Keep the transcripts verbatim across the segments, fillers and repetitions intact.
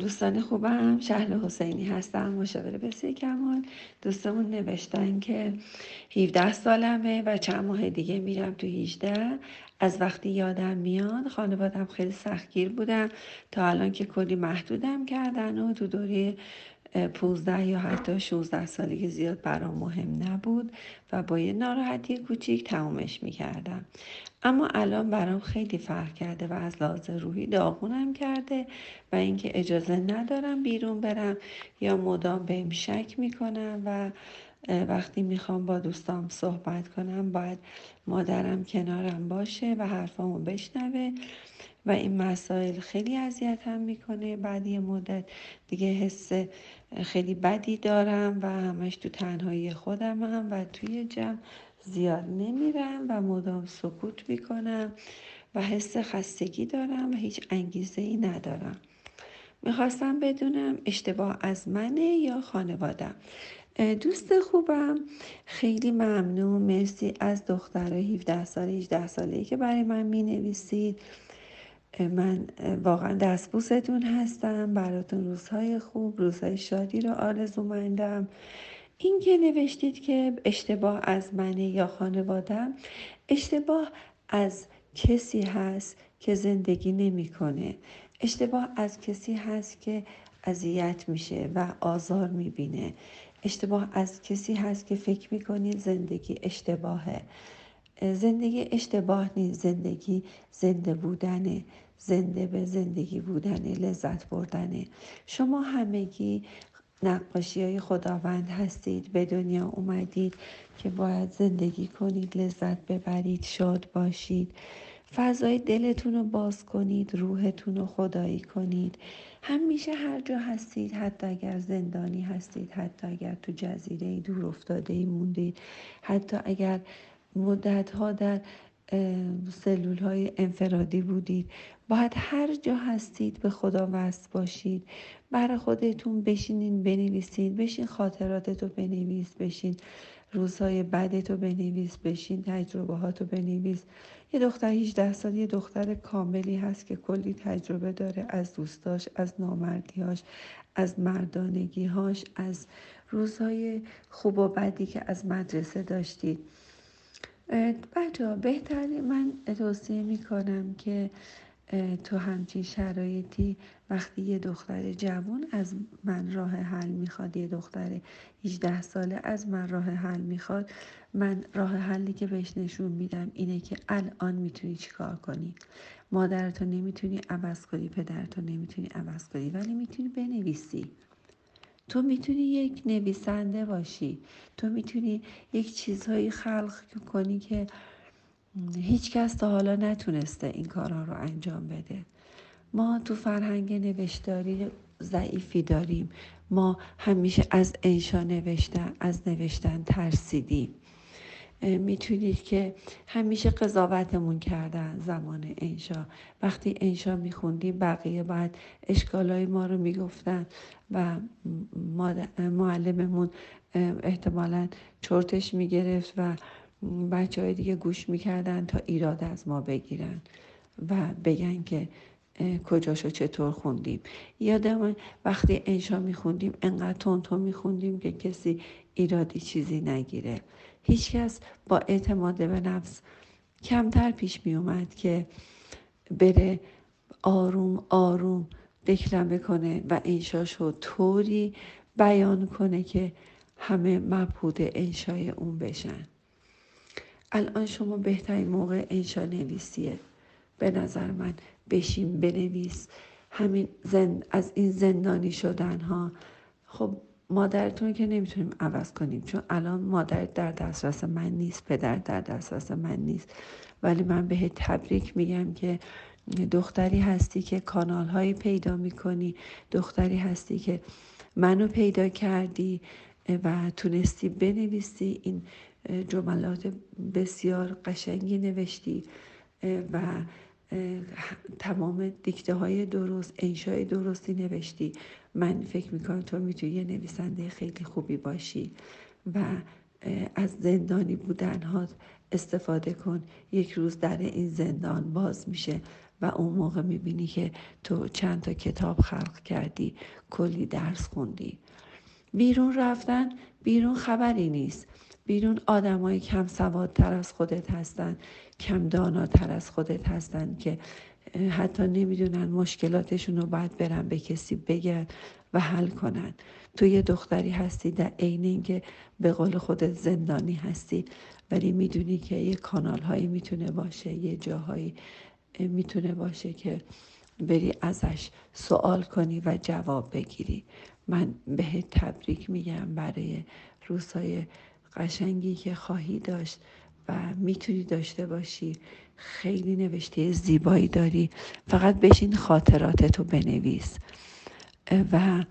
دوستان خوبم، شهلا حسینی هستم، مشاور بسیار کمال. دوستمون نوشتن که هفده سالمه و چند ماه دیگه میرم تو هجده. از وقتی یادم میاد خانوادم خیلی سختگیر بودم تا الان که کلی محدودم کردن و تو دوره پونزده یا حتی شانزده سالگی زیاد برام مهم نبود و با یه ناراحتی کوچیک تمومش میکردم. اما الان برام خیلی فرق کرده و از لحاظ روحی داغونم کرده و اینکه اجازه ندارم بیرون برم یا مدام بهم شک میکنم و وقتی میخوام با دوستام صحبت کنم باید مادرم کنارم باشه و حرفامو بشنوه و این مسائل خیلی اذیتم میکنه. بعد یه مدت دیگه حس خیلی بدی دارم و همش تو تنهایی خودم هم و توی جمع زیاد نمیرم و مدام سکوت میکنم و حس خستگی دارم و هیچ انگیزه ای ندارم. میخواستم بدونم اشتباه از منه یا خانوادم. دوست خوبم، خیلی ممنون، مرسی از دختر هفده ساله هجده ساله‌ای که برای من مینویسید. من واقعا دستبوستون هستم، براتون روزهای خوب، روزهای شادی رو آرزومندم. این که نوشتید که اشتباه از منه یا خانوادم، اشتباه از کسی هست که زندگی نمیکنه. اشتباه از کسی هست که اذیت میشه و آزار میبینه. اشتباه از کسی هست که فکر میکنید زندگی اشتباهه. زندگی اشتباه نیست، زندگی زنده بودنه، زنده به زندگی بودنه، لذت بردنه. شما همگی نقاشی های خداوند هستید، به دنیا اومدید که باید زندگی کنید، لذت ببرید، شاد باشید، فضای دلتون رو باز کنید، روحتون رو خدایی کنید. همیشه هر جا هستید، حتی اگر زندانی هستید، حتی اگر تو جزیره دور افتاده ای موندید، حتی اگر مدت ها در سلول های انفرادی بودید، باید هر جا هستید به خدا وصل باشید. برای خودتون بشینین بنویسید، بشین خاطراتتو بنویس، بشین روزهای بدتو بنویس، بشین تجربه هاتو بنویس. یه دختر هجده سال یه دختر کاملی هست که کلی تجربه داره، از دوستاش، از نامردیاش، از مردانگیهاش، از روزهای خوب و بدی که از مدرسه داشتید. بچه ها بهتری من توصیه میکنم که تو همچین شرایطی وقتی یه دختر جوان از من راه حل میخواد، یه دختر هجده ساله از من راه حل میخواد، من راه حلی که بهش نشون میدم اینه که الان میتونی چیکار کنی. مادرتو نمیتونی عوض کنی، پدرتو نمیتونی عوض کنی، ولی میتونی بنویسی. تو میتونی یک نویسنده باشی، تو میتونی یک چیزهایی خلق کنی که هیچ کس تا حالا نتونسته این کارها رو انجام بده. ما تو فرهنگ نوشتاری ضعیفی داریم. ما همیشه از انشا نوشتن از نوشتن ترسیدیم. میتونید که همیشه قضاوتمون کردن زمان انشا. وقتی انشا میخوندیم بقیه باید اشکالای ما رو میگفتن و معلممون احتمالاً چرتش میگرفت و بچه های دیگه گوش میکردن تا ایراد از ما بگیرن و بگن که کجاشو چطور خوندیم. یادم وقتی انشا میخوندیم انقدر تون تون میخوندیم که کسی ایرادی چیزی نگیره. هیچ کس با اعتماد به نفس کمتر پیش می اومد که بره آروم آروم دکلمه کنه و انشاشو طوری بیان کنه که همه مبهوت انشای اون بشن. الان شما بهترین موقع انشا نویسیه. به نظر من بشین بنویس. همین زند از این زندانی شدن ها، خب مادرتون که نمیتونیم عوض کنیم، چون الان مادر در دسترس من نیست، پدر در دسترس من نیست، ولی من بهت تبریک میگم که دختری هستی که کانال هایی پیدا میکنی، دختری هستی که منو پیدا کردی و تونستی بنویسی. این جملات بسیار قشنگی نوشتی و تمام دیکته های درست، انشای درستی نوشتی. من فکر میکنم تو میتونی یه نویسنده خیلی خوبی باشی و از زندانی بودن ها استفاده کن. یک روز در این زندان باز میشه و اون موقع میبینی که تو چند تا کتاب خلق کردی، کلی درس خوندی. بیرون رفتن، بیرون خبری نیست. بیرون آدمای کم سوادتر از خودت هستن، کم داناتر از خودت هستن که حتی نمیدونن مشکلاتشون رو باید برن به کسی بگن و حل کنن. تو یه دختری هستی در عین اینکه به قول خودت زندانی هستی، ولی میدونی که یه کانال هایی میتونه باشه، یه جاهایی میتونه باشه که بری ازش سوال کنی و جواب بگیری. من بهت تبریک میگم برای روزهای قشنگی که خواهی داشت و میتونی داشته باشی. خیلی نوشته زیبایی داری، فقط بشین خاطراتتو بنویس و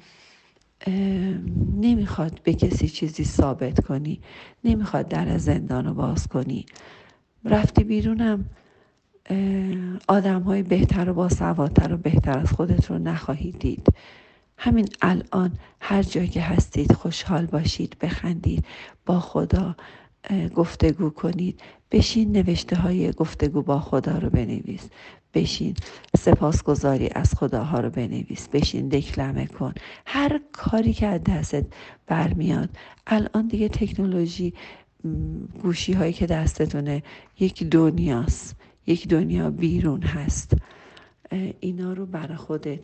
نمیخواد به کسی چیزی ثابت کنی، نمیخواد در زندانو باز کنی. رفتی بیرونم آدم های بهتر و با سوادتر و بهتر از خودت رو نخواهید دید. همین الان هر جایی که هستید خوشحال باشید، بخندید، با خدا گفتگو کنید. بشین نوشته های گفتگو با خدا رو بنویس، بشین سپاسگزاری از خداها رو بنویس، بشین دکلمه کن. هر کاری که از دستت برمیاد. الان دیگه تکنولوژی، گوشی هایی که دستتونه یک دنیاست، یک دنیا بیرون هست. اینا رو برای خودت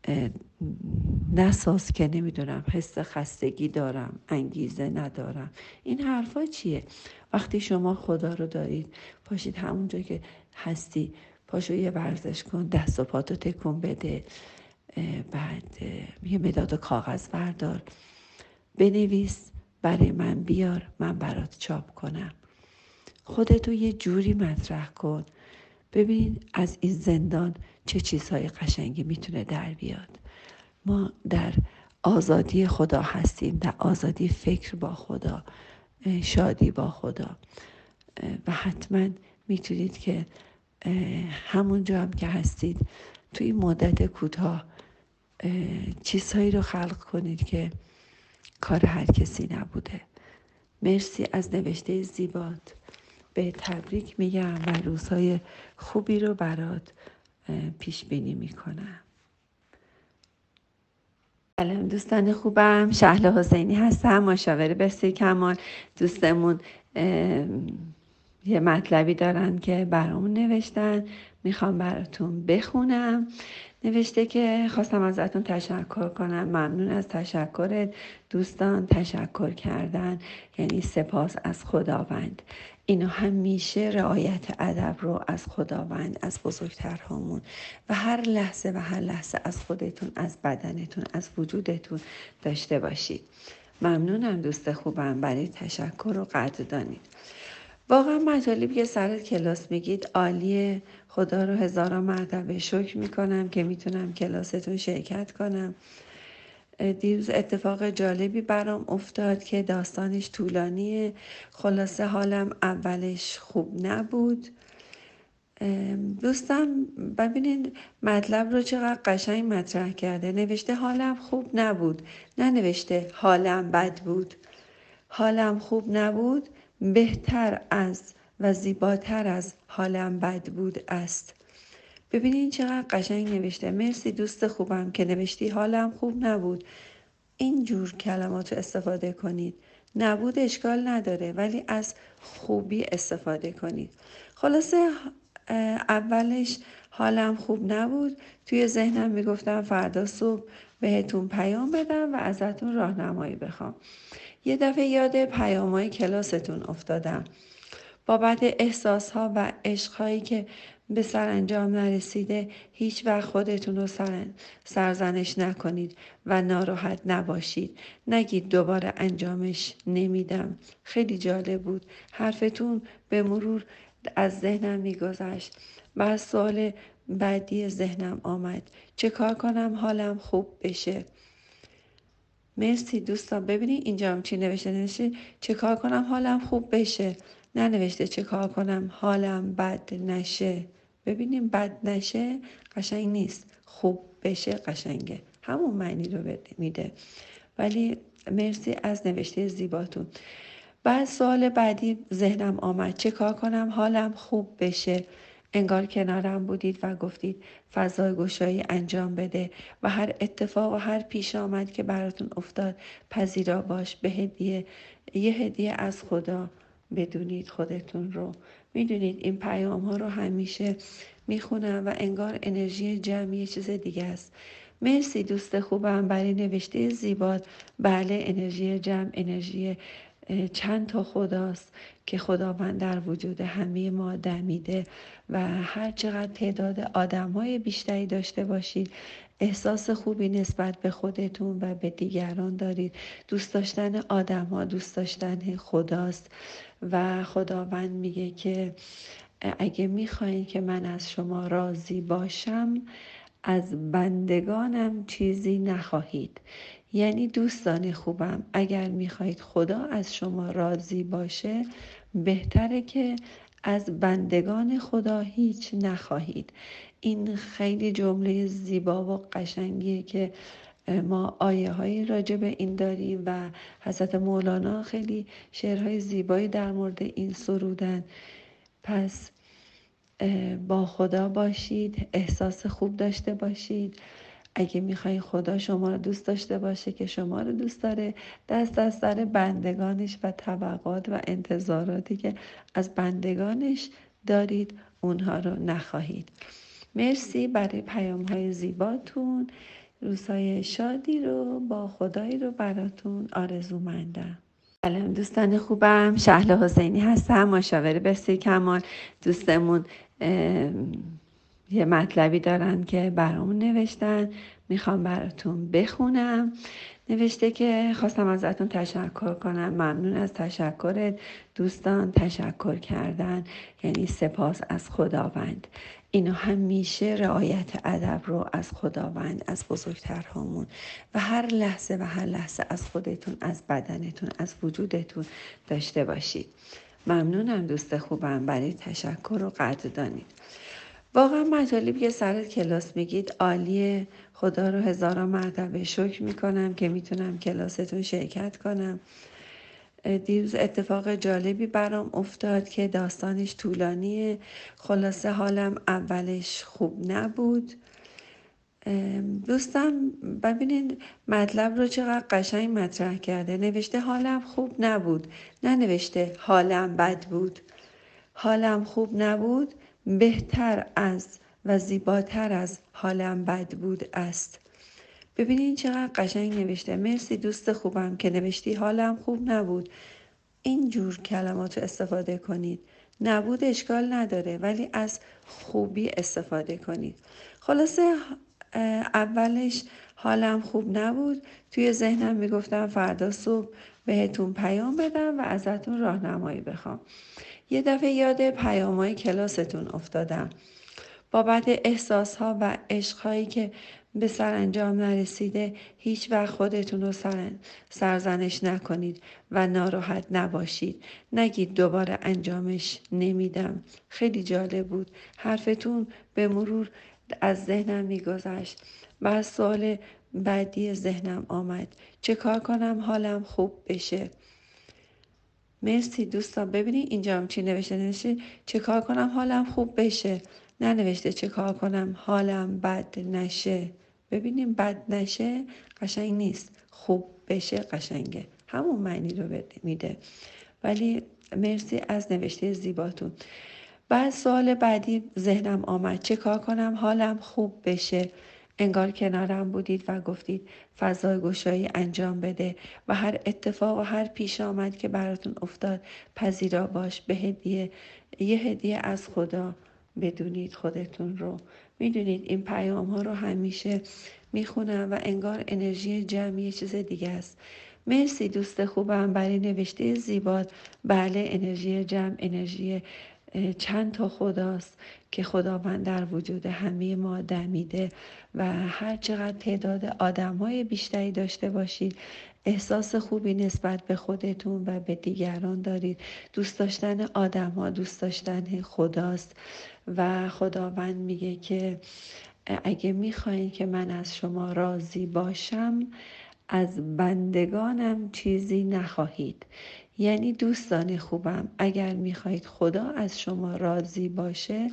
نساز که نمیدونم حس خستگی دارم، انگیزه ندارم. این حرفا چیه؟ وقتی شما خدا رو دارید، پاشید همونجا که هستی، پاشو یه ورزش کن، دست و پاتو تکون بده، بعد یه مداد و کاغذ بردار، بنویس، برای من بیار، من برات چاپ کنم. خودتو یه جوری مطرح کن، ببین از این زندان چه چیزهای قشنگی میتونه در بیاد. ما در آزادی خدا هستیم، در آزادی فکر با خدا، شادی با خدا، و حتما میتونید که همونجا هم که هستید توی این مدت کوتاه چیزهایی رو خلق کنید که کار هر کسی نبوده. مرسی از نوشته زیبات، به تبریک میگم و روزهای خوبی رو برات پیش بینی میکنم. سلام دوستان خوبم، شهله حسینی هستم، مشاور بسیار کمال. دوستمون یه مطلبی دارن که برامون نوشتن، میخوام براتون بخونم. نوشته که خواستم ازتون تشکر کنم. ممنون از تشکرت دوستان. تشکر کردن یعنی سپاس از خداوند. اینو همیشه رعایت ادب رو از خداوند، از بزرگترهامون و هر لحظه و هر لحظه از خودتون، از بدنتون، از وجودتون داشته باشید. ممنونم دوست خوبم برای تشکر و قدردانید. واقعا مطالبی که سر کلاس میگید عالیه. خدا رو هزاران مرتبه شکر میکنم که میتونم کلاستون شرکت کنم. دیروز اتفاق جالبی برام افتاد که داستانش طولانیه. خلاصه حالم اولش خوب نبود. دوستان ببینید مطلب رو چقدر قشنگ مطرح کرده. نوشته حالم خوب نبود، نه نوشته حالم بد بود. حالم خوب نبود بهتر از و زیباتر از حالم بد بود است. ببینید چقدر قشنگ نوشته. مرسی دوست خوبم که نوشتی حالم خوب نبود. اینجور کلمات رو استفاده کنید. نبود اشکال نداره ولی از خوبی استفاده کنید. خلاصه اولش حالم خوب نبود. توی ذهنم میگفتم فردا صبح بهتون پیام بدم و ازتون راهنمایی بخوام. یه دفعه یاد پیام‌های کلاستون افتادم. بابت احساس‌ها و عشق‌هایی که به سرانجام نرسیده هیچ وقت خودتون رو سرزنش نکنید و ناراحت نباشید. نگید دوباره انجامش نمیدم. خیلی جالب بود. حرفتون به مرور از ذهنم میگذشت. بعد سوال بعدی ذهنم آمد. چه کار کنم حالم خوب بشه؟ مرسی دوستان. ببینید اینجا هم چی نوشته؟ نوشته چه کار کنم حالم خوب بشه، ننوشته چه کار کنم حالم بد نشه. ببینیم بد نشه قشنگ نیست، خوب بشه قشنگه، همون معنی رو میده. ولی مرسی از نوشته زیباتون. بعد سوال بعدی ذهنم آمد چه کار کنم حالم خوب بشه. انگار کنارم بودید و گفتید فضای گشایی انجام بده و هر اتفاق و هر پیش آمد که براتون افتاد پذیرا باش. به هدیه یه هدیه از خدا بدونید خودتون رو. میدونید این پیام ها رو همیشه میخونم و انگار انرژی جمعی یه چیز دیگه است. مرسی دوست خوبم برای نوشته زیبات. بله، انرژی جمع انرژی چند تا خداست که خداوند در وجود همه ما دمیده و هر چقدر تعداد آدم های بیشتری داشته باشید احساس خوبی نسبت به خودتون و به دیگران دارید. دوست داشتن آدم ها دوست داشتن خداست و خداوند میگه که اگه میخواین که من از شما راضی باشم از بندگانم چیزی نخواهید. یعنی دوستان خوبم، اگر میخواهید خدا از شما راضی باشه بهتره که از بندگان خدا هیچ نخواهید. این خیلی جمله زیبا و قشنگیه که ما آیه هایی راجع به این داریم و حضرت مولانا خیلی شعرهای زیبایی در مورد این سرودن. پس با خدا باشید، احساس خوب داشته باشید. اگه میخوای خدا شما رو دوست داشته باشه که شما رو دوست داره، دست از سر بندگانش و توقعات و انتظاراتی که از بندگانش دارید اونها رو نخواهید. مرسی برای پیام های زیباتون. روزهای شادی رو با خدایی رو براتون آرزومندم. سلام دوستان خوبم، شهلا حسینی هستم، مشاور بسیار کمال. دوستمون یه مطلبی دارن که برامون نوشتن، میخوام براتون بخونم. نوشته که خواستم ازتون تشکر کنم. ممنون از تشکرت دوستان. تشکر کردن یعنی سپاس از خداوند. اینو همیشه رعایت ادب رو از خداوند، از بزرگترهامون و هر لحظه و هر لحظه از خودتون، از بدنتون، از وجودتون داشته باشید. ممنونم دوست خوبم برای تشکر و قدردانی. واقعا مطالبی که سر کلاس میگید عالیه. خدا رو هزاران مرتبه شکر میکنم که میتونم کلاستون شرکت کنم. دیروز اتفاق جالبی برام افتاد که داستانش طولانیه. خلاصه حالم اولش خوب نبود. دوستان ببینید مطلب رو چقدر قشنگ مطرح کرده. نوشته حالم خوب نبود، نه نوشته حالم بد بود. حالم خوب نبود بهتر از و زیباتر از حالم بد بود است. ببینید چقدر قشنگ نوشته. مرسی دوست خوبم که نوشتی حالم خوب نبود. اینجور کلمات رو استفاده کنید. نبود اشکال نداره ولی از خوبی استفاده کنید. خلاصه اولش حالم خوب نبود. توی ذهنم میگفتم فردا صبح بهتون پیام بدم و ازتون راهنمایی بخوام. یه دفعه یاد پیام‌های کلاستون افتادم. بابت احساس‌ها و عشق‌هایی که به سرانجام نرسیده هیچ وقت خودتون رو سر سرزنش نکنید و ناراحت نباشید. نگید دوباره انجامش نمیدم. خیلی جالب بود. حرفتون به مرور از ذهنم میگذشت. بعد سوال بعدی ذهنم آمد. چه کار کنم حالم خوب بشه؟ مرسی دوستان. ببینید اینجا هم چی نوشته. نوشته چه کار کنم حالم خوب بشه، ننوشته چه کار کنم حالم بد نشه. ببینیم بد نشه قشنگ نیست، خوب بشه قشنگه، همون معنی رو میده. ولی مرسی از نوشته زیباتون. بعد سوال بعدی ذهنم آمد. چه کار کنم حالم خوب بشه؟ انگار کنارم بودید و گفتید فضای گشایی انجام بده و هر اتفاق و هر پیش آمد که براتون افتاد پذیرا باش. به هدیه یه هدیه از خدا بدونید خودتون رو. میدونید این پیام ها رو همیشه میخونم و انگار انرژی جمعی یه چیز دیگه است. مرسی دوست خوبم برای نوشته زیبات. بله، انرژی جمع انرژی چند تا خداست که خداوند در وجود همه ما دمیده و هر چقدر تعداد آدم های بیشتری داشته باشید احساس خوبی نسبت به خودتون و به دیگران دارید. دوست داشتن آدم ها دوست داشتن خداست و خداوند میگه که اگه میخواین که من از شما راضی باشم از بندگانم چیزی نخواهید. یعنی دوستان خوبم اگر میخواهید خدا از شما راضی باشه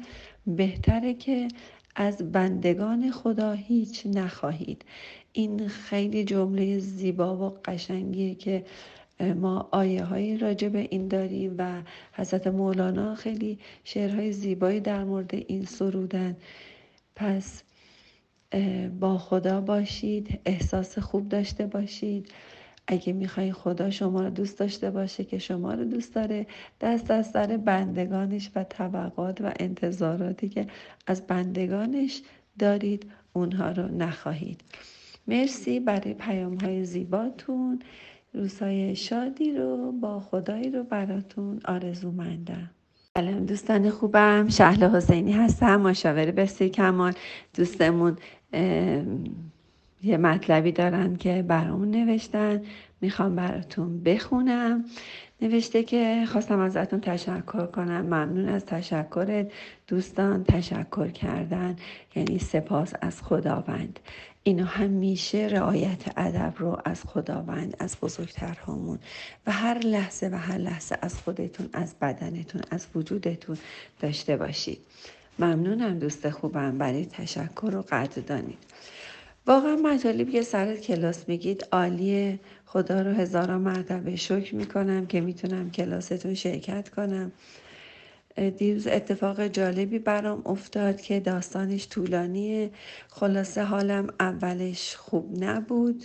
بهتره که از بندگان خدا هیچ نخواهید. این خیلی جمله زیبا و قشنگیه که ما آیه هایی راجع به این داریم و حضرت مولانا خیلی شعرهای زیبایی در مورد این سرودن. پس با خدا باشید، احساس خوب داشته باشید. اگه میخوای خدا شما رو دوست داشته باشه که شما رو دوست داره، دست از سر بندگانش و طبقات و انتظاراتی که از بندگانش دارید اونها رو نخواهید. مرسی برای پیام های زیباتون. روزهای شادی رو با خدایی رو براتون آرزومندم. سلام دوستان خوبم، شهلا حسینی هستم، مشاور بسیار کمال. دوستمون یه مطلبی دارن که برامون نوشتن، میخوام براتون بخونم. نوشته که خواستم ازتون تشکر کنم. ممنون از تشکرت دوستان. تشکر کردن یعنی سپاس از خداوند. اینو همیشه رعایت ادب رو از خداوند، از بزرگترهامون و هر لحظه و هر لحظه از خودتون، از بدنتون، از وجودتون داشته باشید. ممنونم دوست خوبم برای تشکر و قدردانید. واقعا مطالبی که سر کلاس میگید عالیه. خدا رو هزاران مرتبه شکر میکنم که میتونم کلاستون شرکت کنم. دیروز اتفاق جالبی برام افتاد که داستانش طولانیه. خلاصه حالم اولش خوب نبود.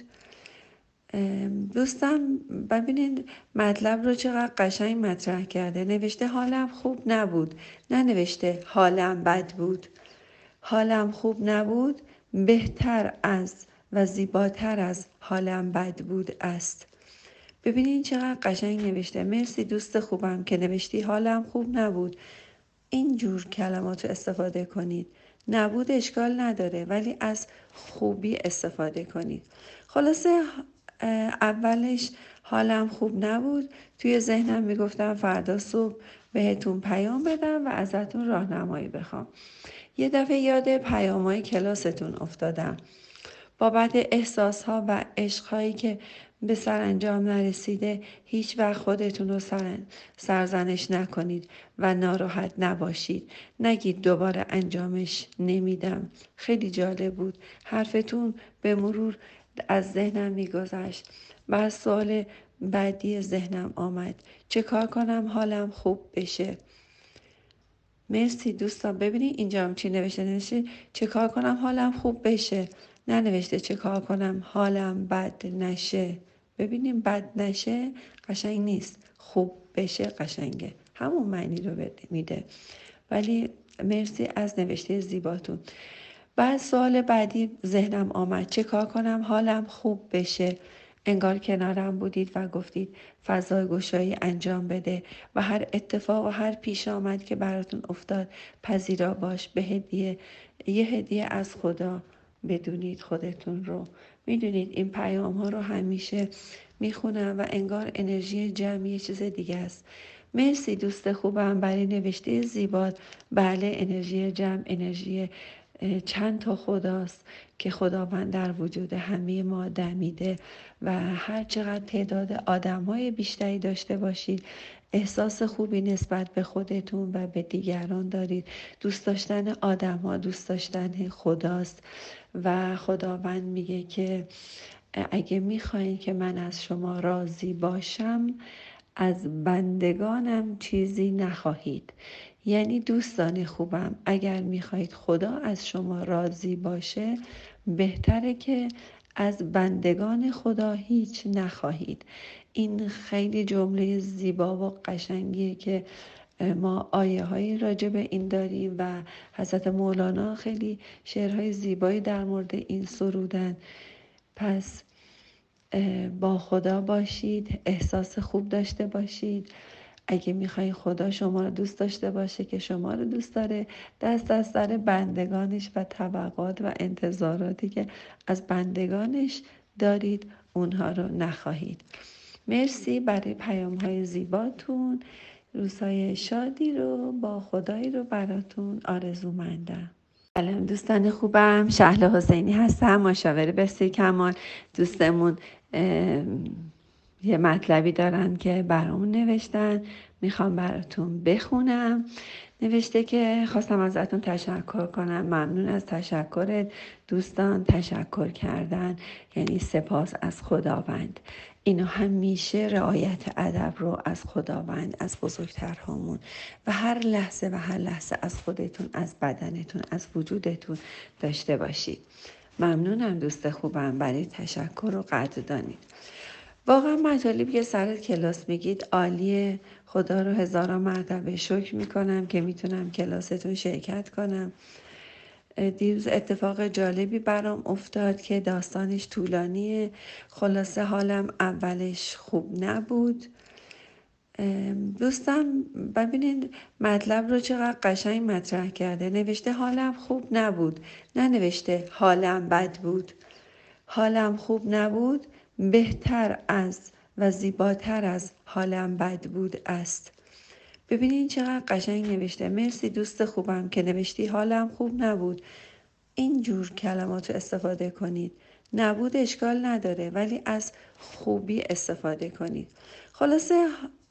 دوستان ببینید مطلب رو چقدر قشنگ مطرح کرده. نوشته حالم خوب نبود، نه نوشته حالم بد بود. حالم خوب نبود بهتر از و زیباتر از حالم بد بود است. ببینید چقدر قشنگ نوشته. مرسی دوست خوبم که نوشتی حالم خوب نبود. اینجور کلمات رو استفاده کنید. نبود اشکال نداره ولی از خوبی استفاده کنید. خلاصه اولش حالم خوب نبود. توی ذهنم میگفتم فردا صبح بهتون پیام بدم و ازتون راهنمایی بخوام. یه دفعه یاد پیام‌های کلاستون افتادم. بابت احساس‌ها و عشق‌هایی که به سرانجام نرسیده هیچ وقت خودتون رو سرزنش نکنید و ناراحت نباشید. نگید دوباره انجامش نمیدم. خیلی جالب بود. حرفتون به مرور از ذهنم میگذشت. بعد سوال بعدی ذهنم آمد. چه کار کنم حالم خوب بشه؟ مرسی دوستان. ببینید اینجا هم چی نوشته. نوشته چه کار کنم حالم خوب بشه، ننوشته چه کار کنم حالم بد نشه. ببینیم بد نشه قشنگ نیست، خوب بشه قشنگه، همون معنی رو میده. ولی مرسی از نوشته زیباتون. بعد سوال بعدی ذهنم آمد. چه کار کنم حالم خوب بشه؟ انگار کنارم بودید و گفتید فضای گشایی انجام بده و هر اتفاق و هر پیش آمد که براتون افتاد پذیرا باش. به هدیه یه هدیه از خدا بدونید خودتون رو. میدونید این پیام ها رو همیشه میخونم و انگار انرژی جمعی یه چیز دیگه است. مرسی دوست خوبم برای نوشته زیبات. بله انرژی جمع انرژی چند تا خداست که خداوند در وجود همه ما دمیده و هر چقدر تعداد آدم‌های بیشتری داشته باشید احساس خوبی نسبت به خودتون و به دیگران دارید. دوست داشتن آدم‌ها دوست داشتن خداست و خداوند میگه که اگه میخواین که من از شما راضی باشم از بندگانم چیزی نخواهید. یعنی دوستان خوبم اگر میخواید خدا از شما راضی باشه بهتره که از بندگان خدا هیچ نخواهید. این خیلی جمله زیبا و قشنگیه که ما آیه هایی راجع به این داریم و حضرت مولانا خیلی شعرهای زیبایی در مورد این سرودن. پس با خدا باشید، احساس خوب داشته باشید. اگه میخوای خدا شما رو دوست داشته باشه که شما رو دوست داره، دست از سر بندگانش و طبقات و انتظاراتی که از بندگانش دارید اونها رو نخواهید. مرسی برای پیام های زیباتون. روزهای شادی رو با خدایی رو براتون آرزومندم. سلام دوستان خوبم، شهلا حسینی هستم، مشاور بسیار کمال. دوستمون یه مطلبی دارن که برامون نوشتن، میخوام براتون بخونم. نوشته که خواستم ازتون تشکر کنم. ممنون از تشکرت. دوستان، تشکر کردن یعنی سپاس از خداوند. اینو همیشه رعایت ادب رو از خداوند، از بزرگترهامون و هر لحظه و هر لحظه از خودتون، از بدنتون، از وجودتون داشته باشید. ممنونم دوست خوبم، برای تشکر و قدردانی. واقعا مطالبی که سر کلاس میگید عالیه. خدا رو هزاران مرتبه شکر میکنم که میتونم کلاستون شرکت کنم. دیروز اتفاق جالبی برام افتاد که داستانش طولانیه. خلاصه حالم اولش خوب نبود. دوستان ببینید مطلب رو چقدر قشنگ مطرح کرده. نوشته حالم خوب نبود، نه نوشته حالم بد بود. حالم خوب نبود بهتر از و زیباتر از حالم بد بود است. ببینید چقدر قشنگ نوشته. مرسی دوست خوبم که نوشتی حالم خوب نبود. اینجور کلمات رو استفاده کنید. نبود اشکال نداره، ولی از خوبی استفاده کنید. خلاصه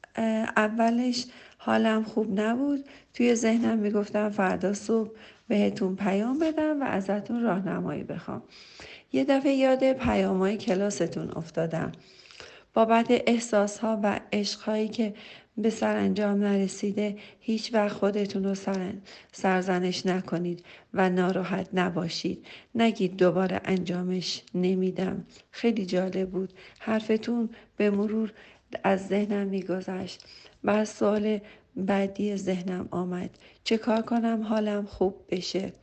اولش حالم خوب نبود. توی ذهنم میگفتم فردا صبح بهتون پیام بدم و ازتون راهنمایی بخوام. یه دفعه یاد پیام‌های کلاستون افتادم. بابت احساس‌ها و عشق‌هایی که به سرانجام نرسیده هیچ وقت خودتون رو سر سرزنش نکنید و ناراحت نباشید. نگید دوباره انجامش نمیدم. خیلی جالب بود. حرفتون به مرور از ذهنم میگذشت. بعد سوال بعدی ذهنم آمد. چه کار کنم حالم خوب بشه؟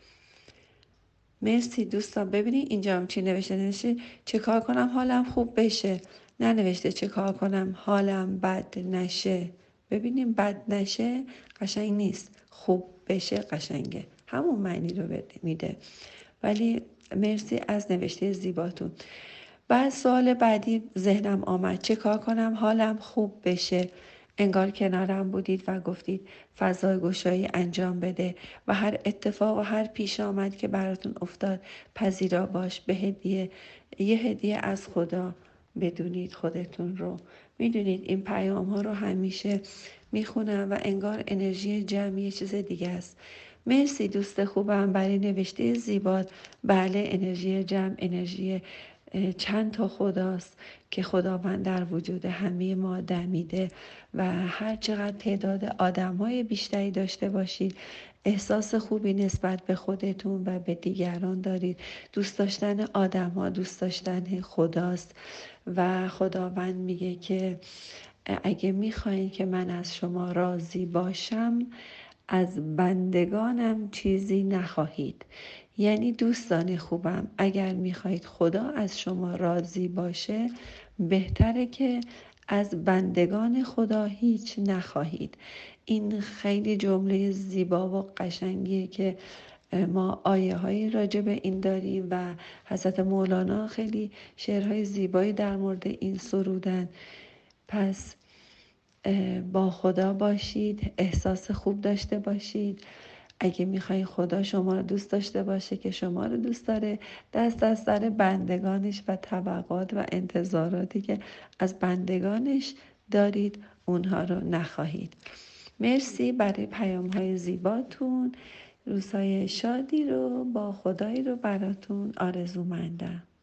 مرسی دوستان. ببینید اینجا هم چی نوشته. نوشته چه کار کنم حالم خوب بشه، ننوشته چه کار کنم حالم بد نشه. ببینیم بد نشه قشنگ نیست، خوب بشه قشنگه، همون معنی رو میده. ولی مرسی از نوشته زیباتون. بعد سوال بعدی ذهنم آمد. چه کار کنم حالم خوب بشه؟ انگار کنارم بودید و گفتید فضای گشایی انجام بده و هر اتفاق و هر پیش آمد که براتون افتاد پذیرا باش. به هدیه یه هدیه از خدا بدونید خودتون رو. میدونید این پیام ها رو همیشه میخونم و انگار انرژی جمعی چیز دیگه است. مرسی دوست خوبم برای نوشته زیبات. بله، انرژی جمع انرژی چند تا خداست که خداوند در وجود همه ما دمیده و هر چقدر تعداد آدم‌های بیشتری داشته باشید احساس خوبی نسبت به خودتون و به دیگران دارید. دوست داشتن آدم‌ها دوست داشتن خداست و خداوند میگه که اگه میخواین که من از شما راضی باشم از بندگانم چیزی نخواهید. یعنی دوستان خوبم، اگر میخواهید خدا از شما راضی باشه بهتره که از بندگان خدا هیچ نخواهید. این خیلی جمله زیبا و قشنگیه که ما آیه های راجع به این داریم و حضرت مولانا خیلی شعرهای زیبایی در مورد این سرودن. پس با خدا باشید، احساس خوب داشته باشید. اگه میخوای خدا شما رو دوست داشته باشه که شما رو دوست داره، دست از سر بندگانش و طبقات و انتظاراتی که از بندگانش دارید اونها رو نخواهید. مرسی برای پیام های زیباتون. روزهای شادی رو با خدایی رو براتون آرزومندم.